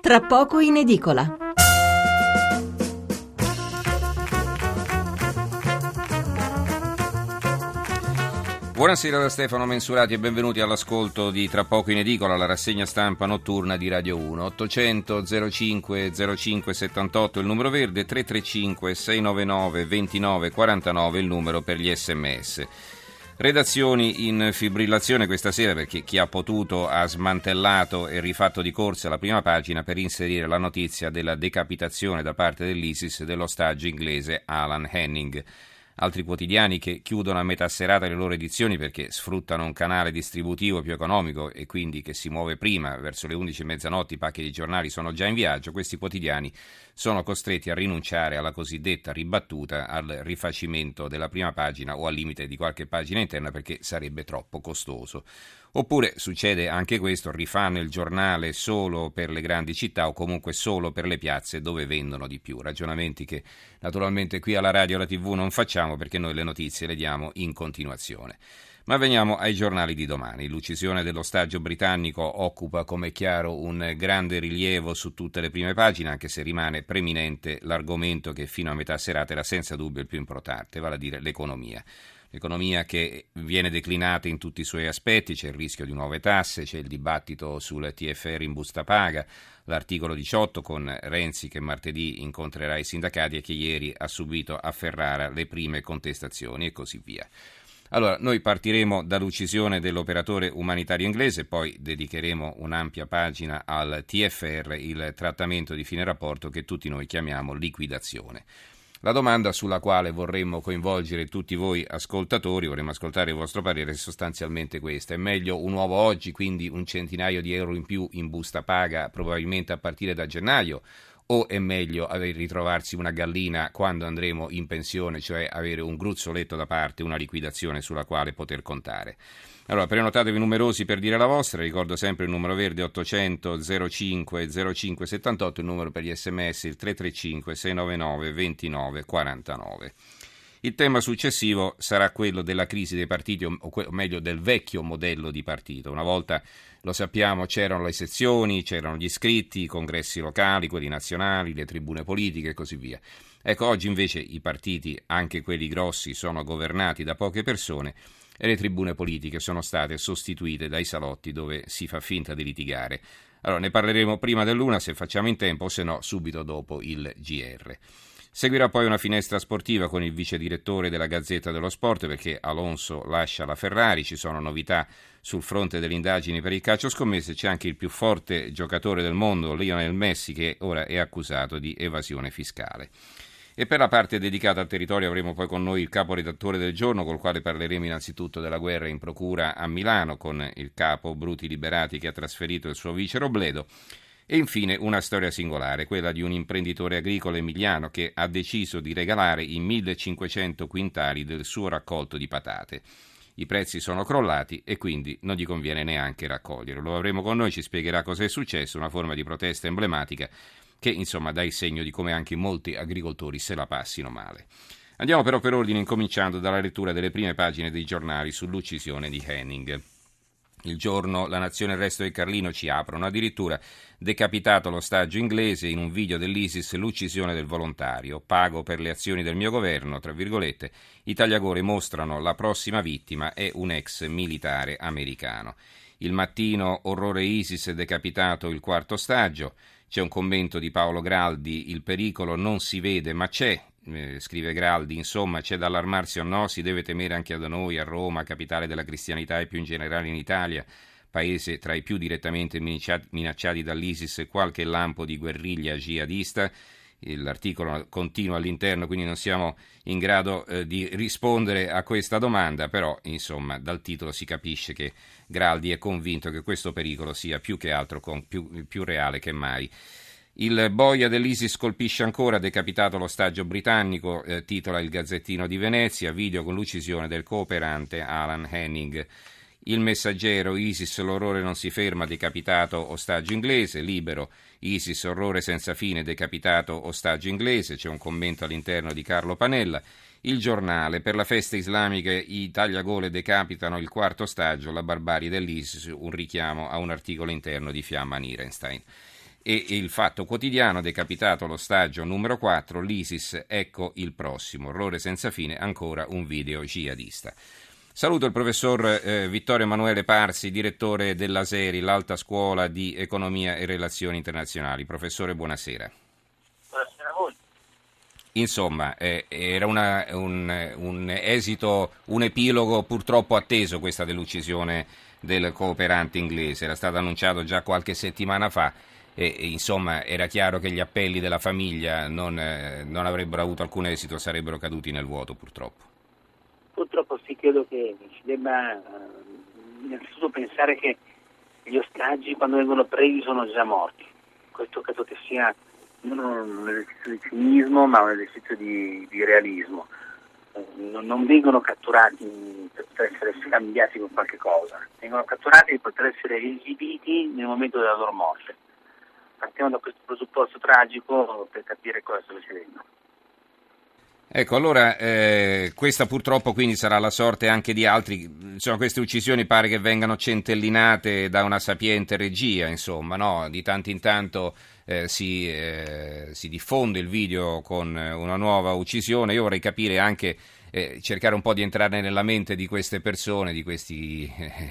Tra poco in edicola. Buonasera da Stefano Mensurati e benvenuti all'ascolto di Tra poco in edicola, la rassegna stampa notturna di Radio 1. 800 05 05 78 il numero verde, 335 699 29 49 il numero per gli sms. Redazioni in fibrillazione questa sera perché chi ha potuto ha smantellato e rifatto di corsa la prima pagina per inserire la notizia della decapitazione da parte dell'ISIS dell'ostaggio inglese Alan Henning. Altri quotidiani che chiudono a metà serata le loro edizioni perché sfruttano un canale distributivo più economico e quindi che si muove prima, verso le 11 e mezzanotte i pacchi di giornali sono già in viaggio. Questi quotidiani sono costretti a rinunciare alla cosiddetta ribattuta, al rifacimento della prima pagina o al limite di qualche pagina interna perché sarebbe troppo costoso. Oppure succede anche questo, rifanno il giornale solo per le grandi città o comunque solo per le piazze dove vendono di più. Ragionamenti che naturalmente qui alla radio e alla TV non facciamo perché noi le notizie le diamo in continuazione. Ma veniamo ai giornali di domani. L'uccisione dell'ostaggio britannico occupa, come è chiaro, un grande rilievo su tutte le prime pagine, anche se rimane preminente l'argomento che fino a metà serata era senza dubbio il più importante, vale a dire l'economia. L'economia che viene declinata in tutti i suoi aspetti, c'è il rischio di nuove tasse, c'è il dibattito sul TFR in busta paga, l'articolo 18 con Renzi che martedì incontrerà i sindacati e che ieri ha subito a Ferrara le prime contestazioni e così via. Allora, noi partiremo dall'uccisione dell'operatore umanitario inglese, poi dedicheremo un'ampia pagina al TFR, il trattamento di fine rapporto che tutti noi chiamiamo liquidazione. La domanda sulla quale vorremmo coinvolgere tutti voi ascoltatori, vorremmo ascoltare il vostro parere, è sostanzialmente questa. È meglio un nuovo oggi, quindi un centinaio di euro in più in busta paga, probabilmente a partire da gennaio, o è meglio ritrovarsi una gallina quando andremo in pensione, cioè avere un gruzzoletto da parte, una liquidazione sulla quale poter contare? Allora, prenotatevi numerosi per dire la vostra, ricordo sempre il numero verde 800 05 05 78, il numero per gli sms il 335 699 29 49. Il tema successivo sarà quello della crisi dei partiti, o meglio del vecchio modello di partito. Una volta, lo sappiamo, c'erano le sezioni, c'erano gli iscritti, i congressi locali, quelli nazionali, le tribune politiche e così via. Ecco, oggi invece i partiti, anche quelli grossi, sono governati da poche persone e le tribune politiche sono state sostituite dai salotti dove si fa finta di litigare. Allora, ne parleremo prima dell'una se facciamo in tempo, o se no subito dopo il GR. Seguirà poi una finestra sportiva con il vice direttore della Gazzetta dello Sport perché Alonso lascia la Ferrari, ci sono novità sul fronte delle indagini per il calcio scommesse, c'è anche il più forte giocatore del mondo, Lionel Messi, che ora è accusato di evasione fiscale. E per la parte dedicata al territorio avremo poi con noi il caporedattore del giorno, col quale parleremo innanzitutto della guerra in procura a Milano, con il capo Bruti Liberati che ha trasferito il suo vice Robledo. E infine una storia singolare, quella di un imprenditore agricolo emiliano che ha deciso di regalare i 1500 quintali del suo raccolto di patate. I prezzi sono crollati e quindi non gli conviene neanche raccogliere. Lo avremo con noi, ci spiegherà cosa è successo, una forma di protesta emblematica che insomma dà il segno di come anche molti agricoltori se la passino male. Andiamo però per ordine, incominciando dalla lettura delle prime pagine dei giornali sull'uccisione di Henning. Il Giorno, La Nazione e il Resto del Carlino ci aprono addirittura: decapitato l'ostaggio inglese, in un video dell'ISIS l'uccisione del volontario, pago per le azioni del mio governo, tra virgolette, i tagliagole mostrano la prossima vittima è un ex militare americano. Il Mattino, orrore ISIS, decapitato il quarto ostaggio, c'è un commento di Paolo Graldi, il pericolo non si vede ma c'è, scrive Graldi, insomma c'è da allarmarsi o no, si deve temere anche da noi, a Roma, capitale della cristianità e più in generale in Italia, paese tra i più direttamente minacciati dall'ISIS, qualche lampo di guerriglia jihadista. L'articolo continua all'interno, quindi non siamo in grado di rispondere a questa domanda, però insomma dal titolo si capisce che Graldi è convinto che questo pericolo sia più che altro più reale che mai. Il boia dell'ISIS colpisce ancora, decapitato l'ostaggio britannico, titola il Gazzettino di Venezia, video con l'uccisione del cooperante Alan Henning. Il Messaggero, ISIS, l'orrore non si ferma, decapitato ostaggio inglese. Libero, ISIS, orrore senza fine, decapitato ostaggio inglese. C'è un commento all'interno di Carlo Panella. Il Giornale, per la festa islamica i tagliagole decapitano il quarto ostaggio, la barbarie dell'ISIS, un richiamo a un articolo interno di Fiamma Nirenstein. E il Fatto Quotidiano, decapitato l'ostaggio numero 4, l'ISIS, ecco il prossimo, orrore senza fine, ancora un video jihadista. Saluto il professor Vittorio Emanuele Parsi, direttore dell'ASERI, l'Alta Scuola di Economia e Relazioni Internazionali. Professore, buonasera. Buonasera a voi. Insomma, era un esito, un epilogo purtroppo atteso, questa dell'uccisione del cooperante inglese. Era stato annunciato già qualche settimana fa e insomma era chiaro che gli appelli della famiglia non avrebbero avuto alcun esito, sarebbero caduti nel vuoto purtroppo. Purtroppo sì, credo che si debba innanzitutto pensare che gli ostaggi quando vengono presi sono già morti. Questo credo che sia non un esercizio di cinismo ma un esercizio di realismo. Non vengono catturati per poter essere scambiati con qualche cosa, vengono catturati per poter essere esibiti nel momento della loro morte. Partiamo da questo presupposto tragico per capire cosa sta succedendo. Ecco, allora questa purtroppo quindi sarà la sorte anche di altri. Insomma, queste uccisioni pare che vengano centellinate da una sapiente regia, insomma, no? Di tanto in tanto si diffonde il video con una nuova uccisione. Io vorrei capire anche, cercare un po' di entrare nella mente di queste persone, di questi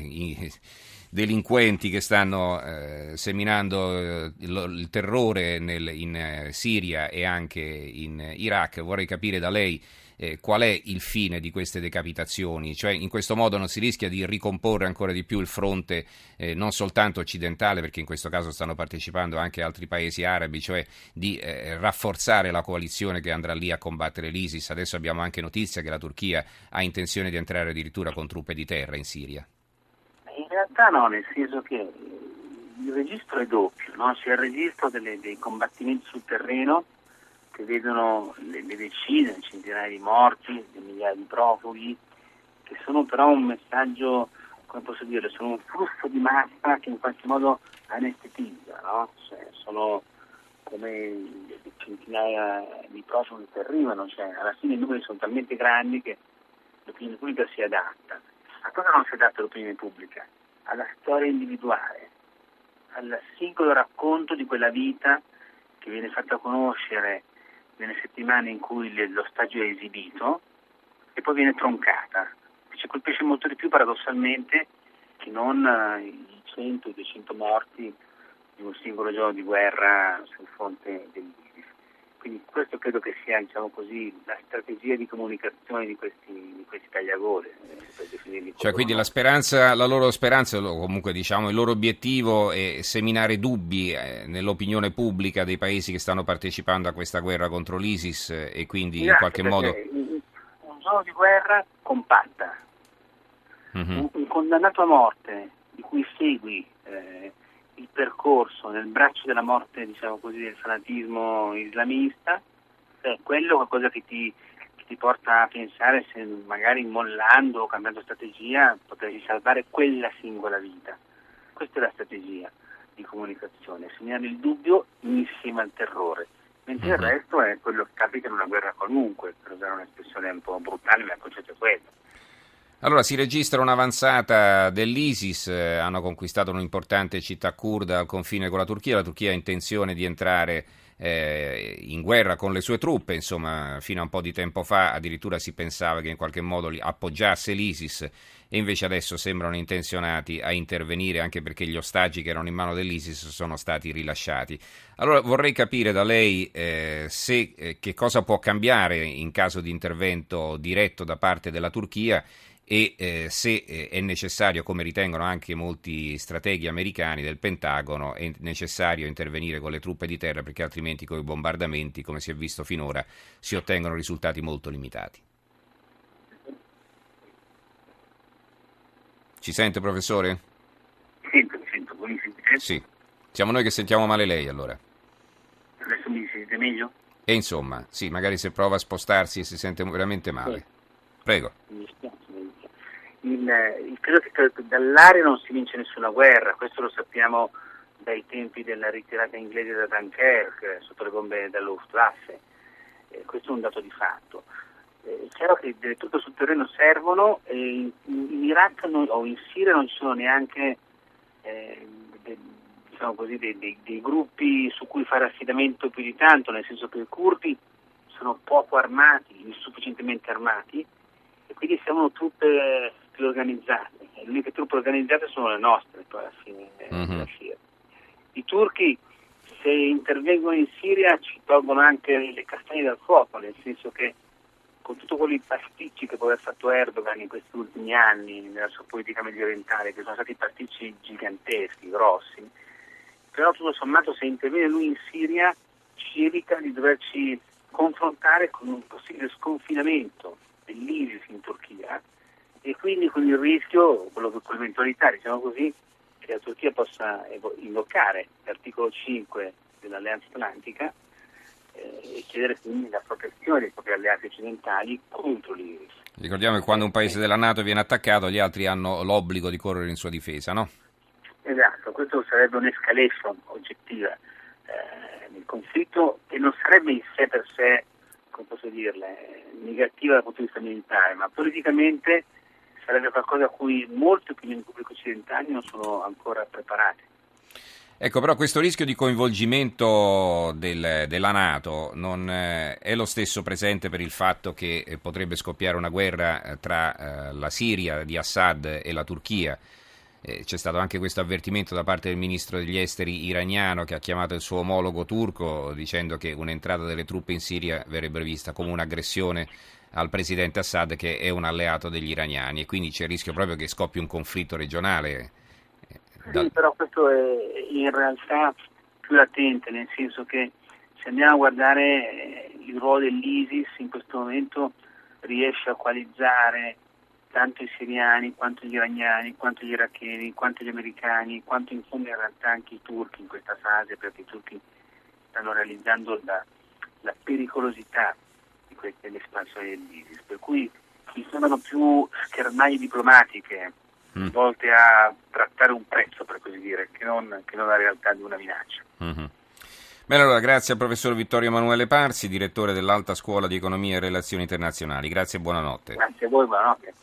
delinquenti che stanno seminando il terrore in Siria e anche in Iraq. Vorrei capire da lei qual è il fine di queste decapitazioni, cioè in questo modo non si rischia di ricomporre ancora di più il fronte non soltanto occidentale, perché in questo caso stanno partecipando anche altri paesi arabi, cioè di rafforzare la coalizione che andrà lì a combattere l'ISIS. Adesso abbiamo anche notizia che la Turchia ha intenzione di entrare addirittura con truppe di terra in Siria. In realtà no, nel senso che il registro è doppio, no? C'è il registro dei combattimenti sul terreno che vedono le decine, centinaia di morti, le migliaia di profughi, che sono però un messaggio, come posso dire, sono un flusso di massa che in qualche modo anestetizza, no? Cioè, sono come centinaia di profughi che arrivano, cioè alla fine i numeri sono talmente grandi che l'opinione pubblica si adatta. A cosa non si adatta l'opinione pubblica? Alla storia individuale, al singolo racconto di quella vita che viene fatta conoscere nelle settimane in cui l'ostaggio è esibito e poi viene troncata. Ci colpisce molto di più paradossalmente che non i 100, i 200 morti di un singolo giorno di guerra sul fronte dell'ISIS. Quindi questo credo che sia, diciamo così, la strategia di comunicazione di questi tagliagole, per definirli. Cioè, quindi la loro speranza, o comunque diciamo il loro obiettivo è seminare dubbi nell'opinione pubblica dei paesi che stanno partecipando a questa guerra contro l'ISIS e quindi in qualche modo... Un giorno di guerra compatta, un condannato a morte di cui segui il percorso nel braccio della morte, diciamo così, del fanatismo islamista, quello è qualcosa che ti porta a pensare se magari mollando o cambiando strategia potresti salvare quella singola vita. Questa è la strategia di comunicazione, segnare il dubbio insieme al terrore, mentre il resto è quello che capita in una guerra qualunque, per usare un'espressione un po' brutale, ma il concetto è quello. Allora, si registra un'avanzata dell'ISIS, hanno conquistato un'importante città curda al confine con la Turchia ha intenzione di entrare in guerra con le sue truppe, insomma, fino a un po' di tempo fa addirittura si pensava che in qualche modo appoggiasse l'ISIS e invece adesso sembrano intenzionati a intervenire, anche perché gli ostaggi che erano in mano dell'ISIS sono stati rilasciati. Allora vorrei capire da lei che cosa può cambiare in caso di intervento diretto da parte della Turchia e se è necessario, come ritengono anche molti strateghi americani del Pentagono, è necessario intervenire con le truppe di terra, perché altrimenti con i bombardamenti, come si è visto finora, si ottengono risultati molto limitati. Ci sente, professore? Sento, voi mi sentite? Sì, siamo noi che sentiamo male lei allora. Adesso mi sentite meglio? E insomma, sì, magari se prova a spostarsi e si sente veramente male. Sì. Prego. Mi dispiace. Credo che dall'aria non si vince nessuna guerra, questo lo sappiamo dai tempi della ritirata inglese da Dunkerque sotto le bombe della Luftwaffe, questo è un dato di fatto. È chiaro che delle truppe sul terreno servono, in Iraq o in Siria non ci sono neanche diciamo così, dei gruppi su cui fare affidamento più di tanto, nel senso che i curdi sono poco armati, insufficientemente armati, e quindi siamo truppe più organizzate. Le uniche truppe organizzate sono le nostre, poi alla fine della Siria. I turchi, se intervengono in Siria, ci tolgono anche le castagne dal fuoco, nel senso che con tutto quelli pasticci che poi ha fatto Erdogan in questi ultimi anni nella sua politica mediorientale, che sono stati pasticci giganteschi, grossi, però tutto sommato se interviene lui in Siria ci evita di doverci confrontare con un possibile sconfinamento dell'ISIS in Turchia, e quindi con il rischio, con l'eventualità, diciamo così, che la Turchia possa invocare l'articolo 5 dell'Alleanza Atlantica e chiedere quindi la protezione dei propri alleati occidentali contro l'ISIS. Ricordiamo che quando un paese della NATO viene attaccato, gli altri hanno l'obbligo di correre in sua difesa, no? Esatto, questo sarebbe un'escalation oggettiva nel conflitto, che non sarebbe in sé per sé, come posso dirle, negativa dal punto di vista militare, ma politicamente sarebbe qualcosa a cui molte opinioni pubbliche occidentali non sono ancora preparate. Ecco, però questo rischio di coinvolgimento della NATO non è lo stesso presente per il fatto che potrebbe scoppiare una guerra tra la Siria di Assad e la Turchia. C'è stato anche questo avvertimento da parte del ministro degli esteri iraniano, che ha chiamato il suo omologo turco dicendo che un'entrata delle truppe in Siria verrebbe vista come un'aggressione al presidente Assad, che è un alleato degli iraniani, e quindi c'è il rischio proprio che scoppi un conflitto regionale. Sì, però questo è in realtà più latente, nel senso che se andiamo a guardare il ruolo dell'ISIS in questo momento riesce a coalizzare tanto i siriani, quanto gli iraniani, quanto gli iracheni, quanto gli americani, quanto in fondo in realtà anche i turchi in questa fase, perché i turchi stanno realizzando la pericolosità dell'espansione dell'ISIS, per cui mi sembrano più schermaglie diplomatiche volte a trattare un prezzo, per così dire, che non la realtà di una minaccia. Bene, allora grazie al professor Vittorio Emanuele Parsi, direttore dell'Alta Scuola di Economia e Relazioni Internazionali. Grazie e buonanotte. Grazie a voi, buonanotte.